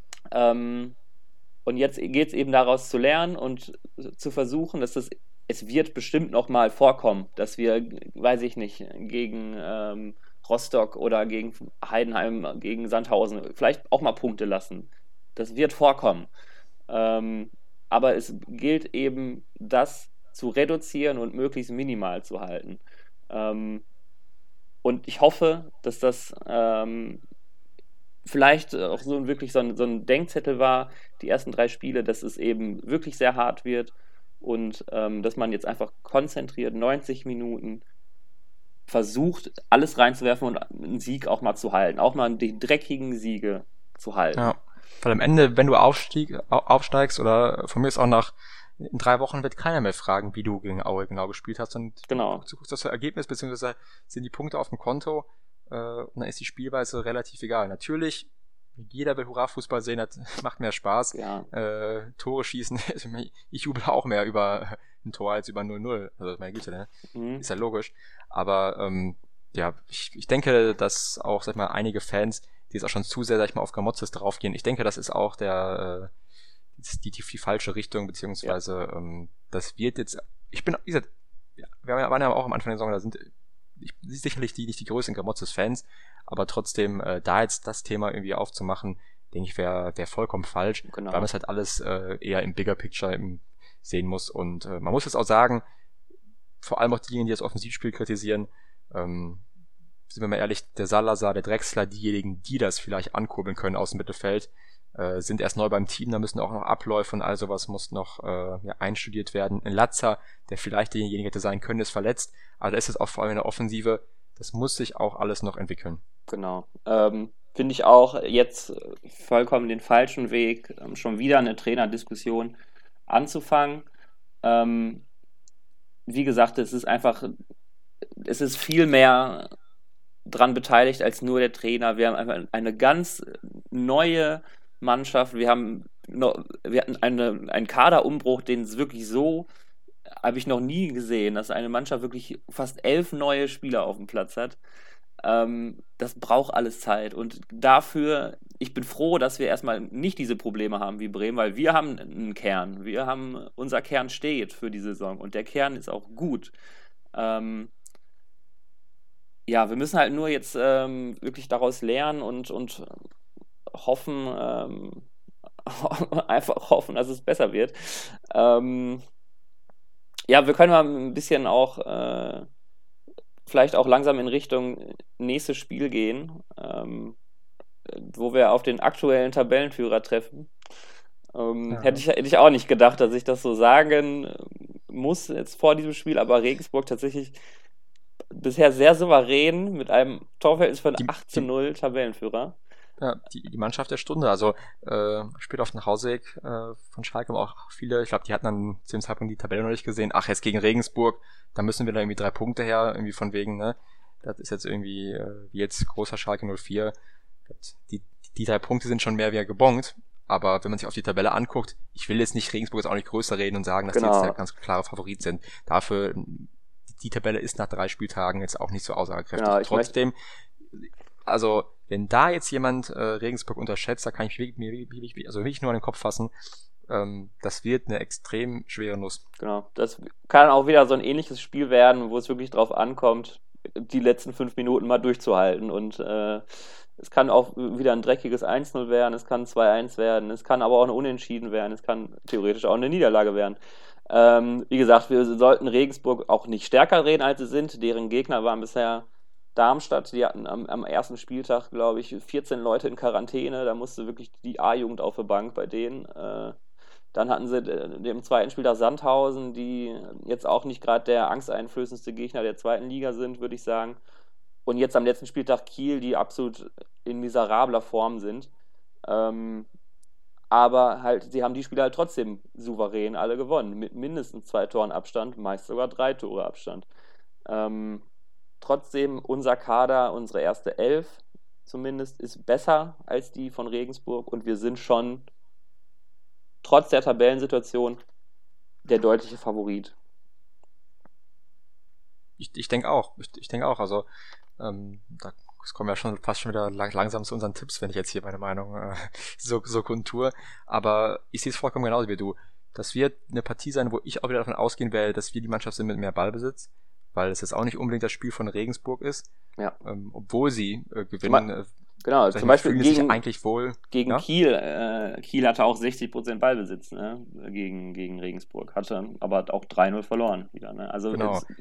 B: Ähm, und jetzt geht es eben daraus zu lernen und zu versuchen, dass das, es wird bestimmt noch mal vorkommen, dass wir, weiß ich nicht, gegen ähm, Rostock oder gegen Heidenheim, gegen Sandhausen vielleicht auch mal Punkte lassen. Das wird vorkommen. Ähm, aber es gilt eben, das zu reduzieren und möglichst minimal zu halten. Ähm, und ich hoffe, dass das ähm, vielleicht auch so ein, wirklich so ein, so ein Denkzettel war, die ersten drei Spiele, dass es eben wirklich sehr hart wird und ähm, dass man jetzt einfach konzentriert neunzig Minuten versucht, alles reinzuwerfen und einen Sieg auch mal zu halten. Auch mal die dreckigen Siege zu halten.
A: Ja, weil am Ende, wenn du aufstieg, aufsteigst oder von mir ist auch nach in drei Wochen wird keiner mehr fragen, wie du gegen Aue genau gespielt hast. Und
B: genau.
A: du guckst das Ergebnis, beziehungsweise sind die Punkte auf dem Konto äh, und dann ist die Spielweise relativ egal. Natürlich, jeder will Hurra-Fußball sehen, das macht mehr Spaß.
B: Ja.
A: Äh, Tore schießen, ich jubel auch mehr über ein Tor als über null null. Also meine Güte, ne? Mhm. Ist ja logisch. Aber ähm, ja, ich, ich denke, dass auch, sag ich mal, einige Fans, die jetzt auch schon zu sehr, sag ich mal, auf Gramotzes draufgehen, ich denke, das ist auch der äh, die, die, die falsche Richtung, beziehungsweise ja. ähm, das wird jetzt, ich bin, wie gesagt, ja, wir waren ja auch am Anfang der Saison, da sind ich, sicherlich die nicht die größten Gramotzes-Fans, aber trotzdem, äh, da jetzt das Thema irgendwie aufzumachen, denke ich, wäre wär vollkommen falsch, genau. Weil man es halt alles äh, eher im Bigger Picture im, sehen muss und äh, man muss jetzt auch sagen, vor allem auch diejenigen, die das Offensivspiel kritisieren, ähm, sind wir mal ehrlich, der Salazar, der Drechsler, diejenigen, die das vielleicht ankurbeln können aus dem Mittelfeld, äh, sind erst neu beim Team, da müssen auch noch Abläufe und all sowas muss noch äh, ja, einstudiert werden. Ein Latzer, der vielleicht derjenige hätte sein können, ist verletzt, aber da ist es auch vor allem in der Offensive, das muss sich auch alles noch entwickeln.
B: Genau. Ähm, finde ich auch jetzt vollkommen den falschen Weg, ähm, schon wieder eine Trainerdiskussion anzufangen. Ähm, wie gesagt, es ist einfach, es ist viel mehr dran beteiligt als nur der Trainer. Wir haben einfach eine ganz neue Mannschaft. Wir haben noch, wir hatten eine, einen Kaderumbruch, den es wirklich so habe ich noch nie gesehen, dass eine Mannschaft wirklich fast elf neue Spieler auf dem Platz hat. Ähm, das braucht alles Zeit. Und dafür, ich bin froh, dass wir erstmal nicht diese Probleme haben wie Bremen, weil wir haben einen Kern. Wir haben, unser Kern steht für die Saison und der Kern ist auch gut. Ähm, ja, wir müssen halt nur jetzt ähm, wirklich daraus lernen und, und hoffen, ähm, einfach hoffen, dass es besser wird. Ähm, ja, wir können mal ein bisschen auch äh, vielleicht auch langsam in Richtung nächstes Spiel gehen, ähm, wo wir auf den aktuellen Tabellenführer treffen. Ähm,
A: Ja.
B: hätte ich, hätte ich auch nicht gedacht, dass ich das so sagen muss jetzt vor diesem Spiel, aber Regensburg tatsächlich bisher sehr souverän mit einem Torverhältnis von
A: Die-
B: acht zu null Tabellenführer.
A: Ja, die, die Mannschaft der Stunde, also äh, spielt auf den Hausweg äh, von Schalke auch viele, ich glaube, die hatten dann zu dem Zeitpunkt die Tabelle noch nicht gesehen, ach, jetzt gegen Regensburg, da müssen wir da irgendwie drei Punkte her, irgendwie von wegen, ne, das ist jetzt irgendwie, äh, wie jetzt großer Schalke null vier, das, die, die drei Punkte sind schon mehr wie gebongt, aber wenn man sich auf die Tabelle anguckt, ich will jetzt nicht Regensburg jetzt auch nicht größer reden und sagen, dass
B: Genau.
A: die jetzt der ganz klare Favorit sind, dafür, die Tabelle ist nach drei Spieltagen jetzt auch nicht so aussagekräftig,
B: Genau, ich
A: trotzdem, also wenn da jetzt jemand äh, Regensburg unterschätzt, da kann ich mir wirklich, also wirklich nur an den Kopf fassen, ähm, das wird eine extrem schwere Nuss.
B: Genau, das kann auch wieder so ein ähnliches Spiel werden, wo es wirklich drauf ankommt, die letzten fünf Minuten mal durchzuhalten. Und äh, es kann auch wieder ein dreckiges eins null werden, es kann zwei eins werden, es kann aber auch eine Unentschieden werden, es kann theoretisch auch eine Niederlage werden. Ähm, wie gesagt, wir sollten Regensburg auch nicht stärker reden, als sie sind. Deren Gegner waren bisher Darmstadt, die hatten am, am ersten Spieltag, glaube ich, vierzehn Leute in Quarantäne. Da musste wirklich die A-Jugend auf der Bank bei denen. Äh, dann hatten sie äh, im zweiten Spieltag Sandhausen, die jetzt auch nicht gerade der angsteinflößendste Gegner der zweiten Liga sind, würde ich sagen. Und jetzt am letzten Spieltag Kiel, die absolut in miserabler Form sind. Ähm, aber halt, sie haben die Spiele halt trotzdem souverän alle gewonnen. Mit mindestens zwei Toren Abstand, meist sogar drei Tore Abstand. Ähm, Trotzdem, unser Kader, unsere erste Elf zumindest, ist besser als die von Regensburg und wir sind schon trotz der Tabellensituation der deutliche Favorit.
A: Ich, ich denke auch, ich, ich denke auch, also ähm, da kommen wir ja schon fast schon wieder lang, langsam zu unseren Tipps, wenn ich jetzt hier meine Meinung äh, so, so kundtue, aber ich sehe es vollkommen genauso wie du. Das wird eine Partie sein, wo ich auch wieder davon ausgehen werde, dass wir die Mannschaft sind mit mehr Ballbesitz, weil es jetzt auch nicht unbedingt das Spiel von Regensburg ist,
B: Ja.
A: ähm, obwohl sie äh, gewinnen. Äh,
B: Genau, zum Beispiel
A: fühlen sich
B: gegen,
A: eigentlich wohl.
B: gegen
A: Ja?
B: Kiel. Äh, Kiel hatte auch sechzig Prozent Ballbesitz, ne? gegen, gegen Regensburg, hatte aber auch drei null verloren wieder. Ne? Also
A: Genau.
B: jetzt,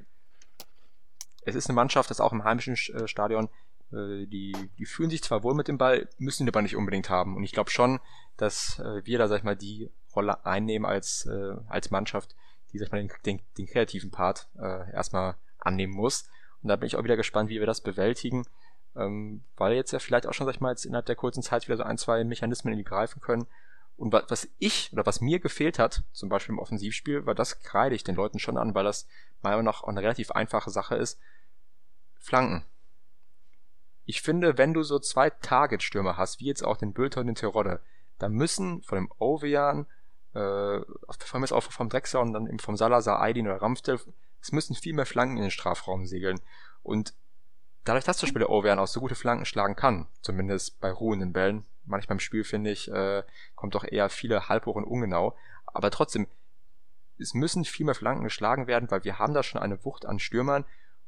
A: Es ist eine Mannschaft, das auch im heimischen äh, Stadion, äh, die, die fühlen sich zwar wohl mit dem Ball, müssen den aber nicht unbedingt haben. Und ich glaube schon, dass äh, wir da, sag ich mal, die Rolle einnehmen als, äh, als Mannschaft, die, sag ich mal, den, den, den kreativen Part äh, erstmal annehmen muss. Und da bin ich auch wieder gespannt, wie wir das bewältigen, ähm, weil jetzt ja vielleicht auch schon, sag ich mal, jetzt innerhalb der kurzen Zeit wieder so ein, zwei Mechanismen irgendwie greifen können. Und was, was ich, oder was mir gefehlt hat, zum Beispiel im Offensivspiel, weil das kreide ich den Leuten schon an, weil das meiner Meinung nach auch eine relativ einfache Sache ist, Flanken. Ich finde, wenn du so zwei Target-Stürmer hast, wie jetzt auch den Bülter und den Terodde, da müssen von dem Ovejan, äh, vor allem jetzt auch vom Drexler und dann eben vom Salazar, Aydin oder Ramsdell, es müssen viel mehr Flanken in den Strafraum segeln. Und dadurch, dass der Spieler Ovejan auch so gute Flanken schlagen kann, zumindest bei ruhenden Bällen, manchmal im Spiel, finde ich, äh, kommt doch eher viele halb hoch und ungenau, aber trotzdem, es müssen viel mehr Flanken geschlagen werden, weil wir haben da schon eine Wucht an Stürmern,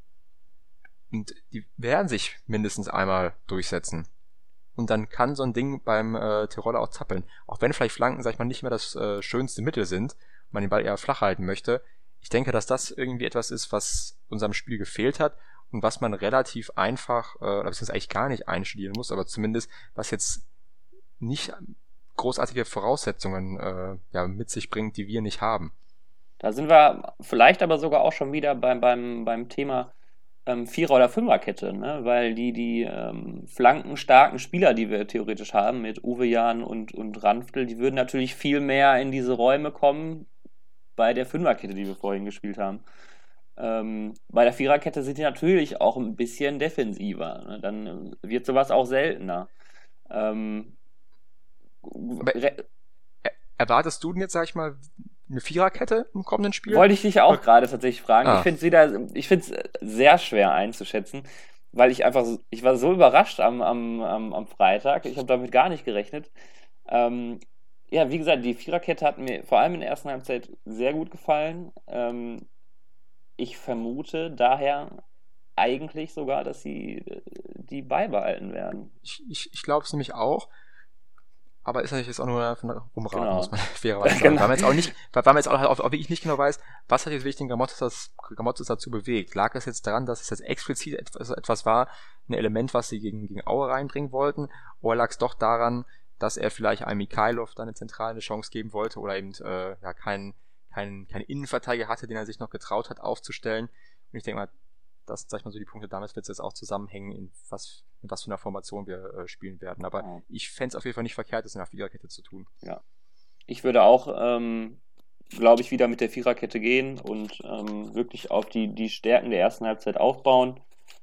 A: und die werden sich mindestens einmal durchsetzen. Und dann kann so ein Ding beim äh, Tiroler auch zappeln. Auch wenn vielleicht Flanken, sag ich mal, nicht mehr das äh, schönste Mittel sind, man den Ball eher flach halten möchte. Ich denke, dass das irgendwie etwas ist, was unserem Spiel gefehlt hat und was man relativ einfach, äh, oder beziehungsweise eigentlich gar nicht einstudieren muss, aber zumindest, was jetzt nicht großartige Voraussetzungen äh, ja, mit sich bringt, die wir nicht haben.
B: da sind wir vielleicht aber sogar auch schon wieder beim, beim, beim Thema ähm, Vierer- oder Fünferkette, ne? Weil die, die ähm, flankenstarken Spieler, die wir theoretisch haben, mit Uwe Jan und, und Ranftl, die würden natürlich viel mehr in diese Räume kommen bei der Fünferkette, die wir vorhin gespielt haben. Ähm, bei der Viererkette sind die natürlich auch ein bisschen defensiver. Ne? Dann wird sowas auch seltener. Ähm,
A: Aber
B: re-
A: erwartest du denn jetzt, sag ich mal, eine Viererkette im kommenden Spiel?
B: wollte ich dich auch gerade tatsächlich fragen. Ich
A: Ah,
B: finde es wieder, ich finde es sehr schwer einzuschätzen, weil ich einfach, so- ich war so überrascht am, am, am, am Freitag. Ich habe damit gar nicht gerechnet. Ähm, ja, wie gesagt, die Viererkette hat mir vor allem in der ersten Halbzeit sehr gut gefallen. Ähm, ich vermute daher eigentlich sogar, dass sie äh, die beibehalten werden.
A: ich, ich, ich glaube es nämlich auch. Aber ist natürlich jetzt auch nur von rumraten,
B: Genau.
A: muss man fairerweise sagen.
B: Genau.
A: Weil man jetzt auch nicht, weil man jetzt auch, auch, auch wirklich nicht genau weiß, was hat jetzt wirklich den Gramottos, Gramottos dazu bewegt. Lag es jetzt daran, dass es jetzt explizit etwas, etwas war, ein Element, was sie gegen, gegen Aue reinbringen wollten, oder lag es doch daran, dass er vielleicht einem Mikhailov dann eine zentrale Chance geben wollte oder eben äh, ja keinen keinen keinen Innenverteidiger hatte, den er sich noch getraut hat aufzustellen. Und ich denke mal, das, sag ich mal so, die Punkte damit wird es jetzt auch zusammenhängen, in was, in was für einer Formation wir äh, spielen werden. Aber
B: Ja.
A: ich fände es auf jeden Fall nicht verkehrt, das in der Viererkette zu tun.
B: Ich würde auch, ähm, glaube ich, wieder mit der Viererkette gehen und ähm, wirklich auf die, die Stärken der ersten Halbzeit aufbauen.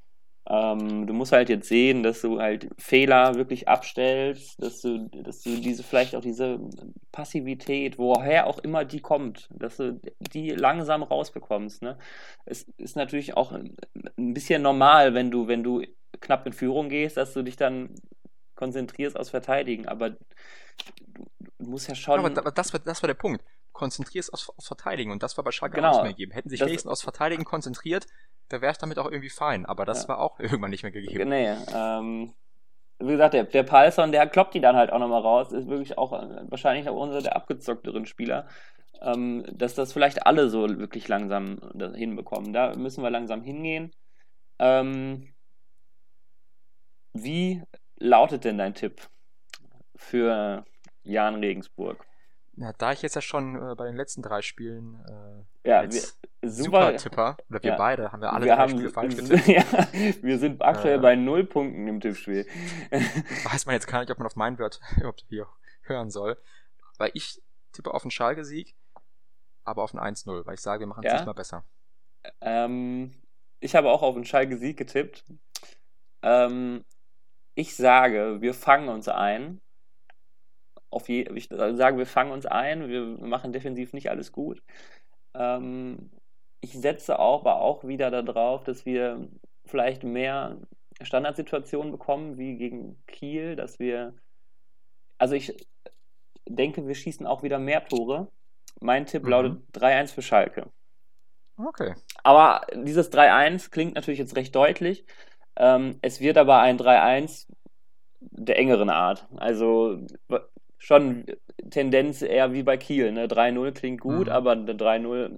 B: Ähm, du musst halt jetzt sehen, dass du halt Fehler wirklich abstellst, dass du, dass du diese vielleicht auch diese Passivität, woher auch immer die kommt, dass du die langsam rausbekommst. Ne? Es ist natürlich auch ein bisschen normal, wenn du, wenn du knapp in Führung gehst, dass du dich dann konzentrierst aufs Verteidigen, aber du musst ja schon.
A: Ja, aber da- das war, das war der Punkt. Konzentrierst aufs, aufs Verteidigen und das war bei Schalke
B: Genau.
A: auch nicht mehr gegeben. Hätten sich
B: Das-
A: wenigstens aufs Verteidigen konzentriert, da wäre es damit auch irgendwie fein. Aber das
B: Ja.
A: war auch irgendwann nicht mehr gegeben.
B: Nee, ähm, wie gesagt, der, der Palsson, der kloppt die dann halt auch nochmal raus, ist wirklich auch äh, wahrscheinlich auch unser der abgezockteren Spieler, ähm, dass das vielleicht alle so wirklich langsam da hinbekommen. Da müssen wir langsam hingehen. Ähm, wie lautet denn dein Tipp für Jan Regensburg?
A: Ja, da ich jetzt ja schon äh, bei den letzten drei Spielen äh,
B: Ja,
A: als
B: wir, super.
A: Super-Tipper, oder wir
B: Ja.
A: beide, haben wir alle
B: wir,
A: drei
B: haben,
A: Spiele falsch getippt.
B: ja, wir sind aktuell
A: Äh.
B: bei null Punkten im Tippspiel.
A: Weiß man jetzt gar nicht, ob man auf mein Wort überhaupt hier hören soll. Weil ich tippe auf einen Schalke-Sieg, aber auf einen eins null, weil ich sage, wir machen es
B: Ja?
A: diesmal besser.
B: Ähm, ich habe auch auf einen Schalke-Sieg getippt. Ähm, ich sage, wir fangen uns ein. Auf je, ich sage, wir fangen uns ein. Wir machen defensiv nicht alles gut. Ähm, ich setze auch, aber auch wieder darauf, dass wir vielleicht mehr Standardsituationen bekommen, wie gegen Kiel, dass wir, also ich denke, wir schießen auch wieder mehr Tore. Mein Tipp
A: Mhm.
B: lautet drei eins für Schalke.
A: Okay.
B: Aber dieses drei eins klingt natürlich jetzt recht deutlich. Ähm, es wird aber ein drei eins der engeren Art. Also w- schon Tendenz eher wie bei Kiel. Ne? drei null klingt gut,
A: Mhm.
B: aber der drei null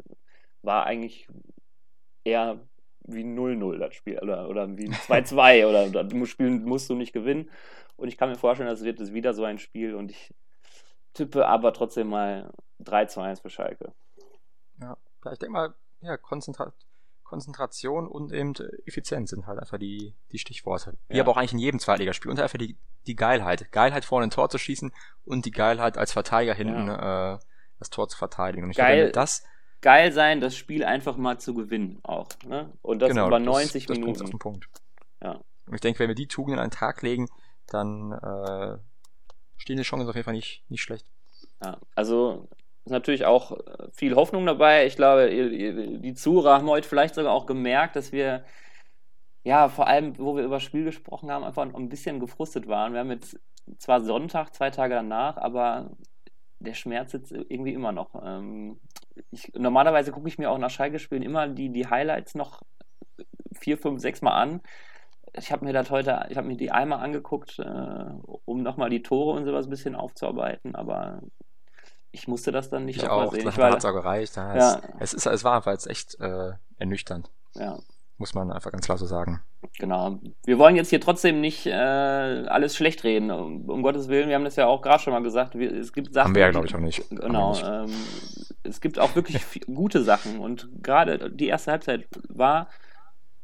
B: war eigentlich eher wie null null das Spiel. Oder, oder wie ein zwei zwei. Oder das mu- Spiel musst du nicht gewinnen. Und ich kann mir vorstellen, das wird es wieder so ein Spiel. Und ich tippe aber trotzdem mal drei zu eins für Schalke.
A: Ja, ich denke mal, ja, Konzentra Konzentration und eben äh, Effizienz sind halt einfach die, die Stichworte. Wie
B: Ja.
A: aber auch eigentlich in jedem Zweitligaspiel. Und einfach die, die Geilheit. Geilheit vorne ein Tor zu schießen und die Geilheit als Verteidiger hinten äh, das Tor zu verteidigen. Und ich
B: Geil.
A: glaube, wenn das
B: Geil sein, das Spiel einfach mal zu gewinnen auch. Ne? Und das
A: genau,
B: über
A: das-
B: neunzig
A: das bringt's auf
B: Minuten.
A: den Punkt.
B: Ja.
A: Und ich denke, wenn wir die Tugenden an den Tag legen, dann äh, stehen die Chancen auf jeden Fall nicht, nicht schlecht.
B: Ja. Also ist natürlich auch äh, viel Hoffnung dabei. Ich glaube, ihr- ihr- die Zuhörer haben heute vielleicht sogar auch gemerkt, dass wir, ja, vor allem, wo wir über das Spiel gesprochen haben, einfach ein bisschen gefrustet waren. Wir haben jetzt zwar Sonntag, zwei Tage danach, aber der Schmerz sitzt irgendwie immer noch. Ähm, ich, normalerweise gucke ich mir auch nach Schalke-Spielen immer die, die Highlights noch vier, fünf, sechs Mal an. Ich habe mir das heute, ich habe mir die einmal angeguckt, äh, um nochmal die Tore und sowas ein bisschen aufzuarbeiten, aber ich musste das dann nicht
A: Ich
B: auch
A: auch,
B: sehen.
A: das
B: Ich war,
A: hat es auch gereicht. Ja,
B: Ja.
A: es, es, ist, es war einfach jetzt echt äh, ernüchternd,
B: ja,
A: muss man einfach ganz klar so sagen.
B: genau. Wir wollen jetzt hier trotzdem nicht äh, alles schlecht reden, um, um Gottes Willen. Wir haben das ja auch gerade schon mal gesagt. Wir, es gibt Sachen,
A: Haben wir ja,
B: die-
A: glaube ich, auch nicht.
B: Genau.
A: Haben wir nicht.
B: Ähm, es gibt auch wirklich viel, gute Sachen und gerade die erste Halbzeit war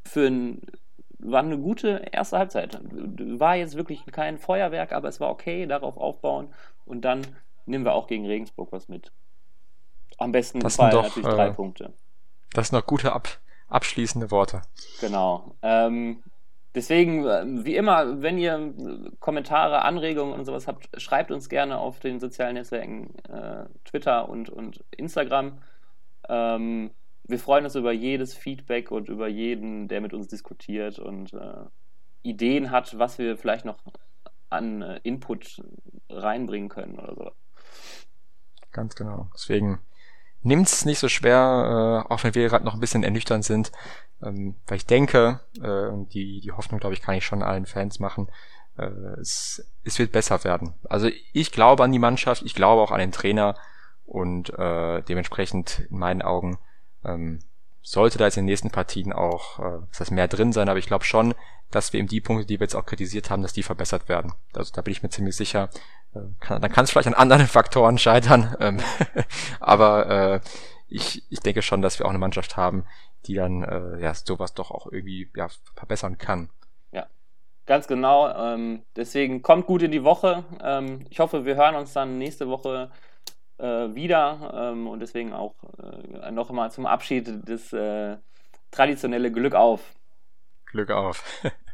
B: für ein, war eine gute erste Halbzeit. War jetzt wirklich kein Feuerwerk, aber es war okay, darauf aufbauen und dann nehmen wir auch gegen Regensburg was mit. Am besten
A: Das sind
B: Fall
A: doch,
B: natürlich drei
A: äh,
B: Punkte.
A: das sind doch gute ab, abschließende Worte.
B: Genau. Ähm, deswegen, äh, wie immer, wenn ihr äh, Kommentare, Anregungen und sowas habt, schreibt uns gerne auf den sozialen Netzwerken äh, Twitter und, und Instagram. Ähm, wir freuen uns über jedes Feedback und über jeden, der mit uns diskutiert und äh, Ideen hat, was wir vielleicht noch an äh, Input reinbringen können oder so.
A: Ganz genau. Deswegen nimmt's nicht so schwer, äh, auch wenn wir gerade noch ein bisschen ernüchternd sind, ähm, weil ich denke, äh, und die, die Hoffnung, glaube ich, kann ich schon allen Fans machen, äh, es, es wird besser werden. Also ich glaube an die Mannschaft, ich glaube auch an den Trainer und äh, dementsprechend in meinen Augen ähm, sollte da jetzt in den nächsten Partien auch äh, was heißt mehr drin sein, aber ich glaube schon, dass wir eben die Punkte, die wir jetzt auch kritisiert haben, dass die verbessert werden. Also da bin ich mir ziemlich sicher. Äh, kann, dann kann es vielleicht an anderen Faktoren scheitern, ähm, aber äh, ich, ich denke schon, dass wir auch eine Mannschaft haben, die dann äh, ja sowas doch auch irgendwie ja, verbessern kann.
B: Ja, ganz genau. Ähm, deswegen kommt gut in die Woche. Ähm, ich hoffe, wir hören uns dann nächste Woche äh, wieder ähm, und deswegen auch äh, noch einmal zum Abschied das äh, traditionelle Glück auf.
A: Glück auf.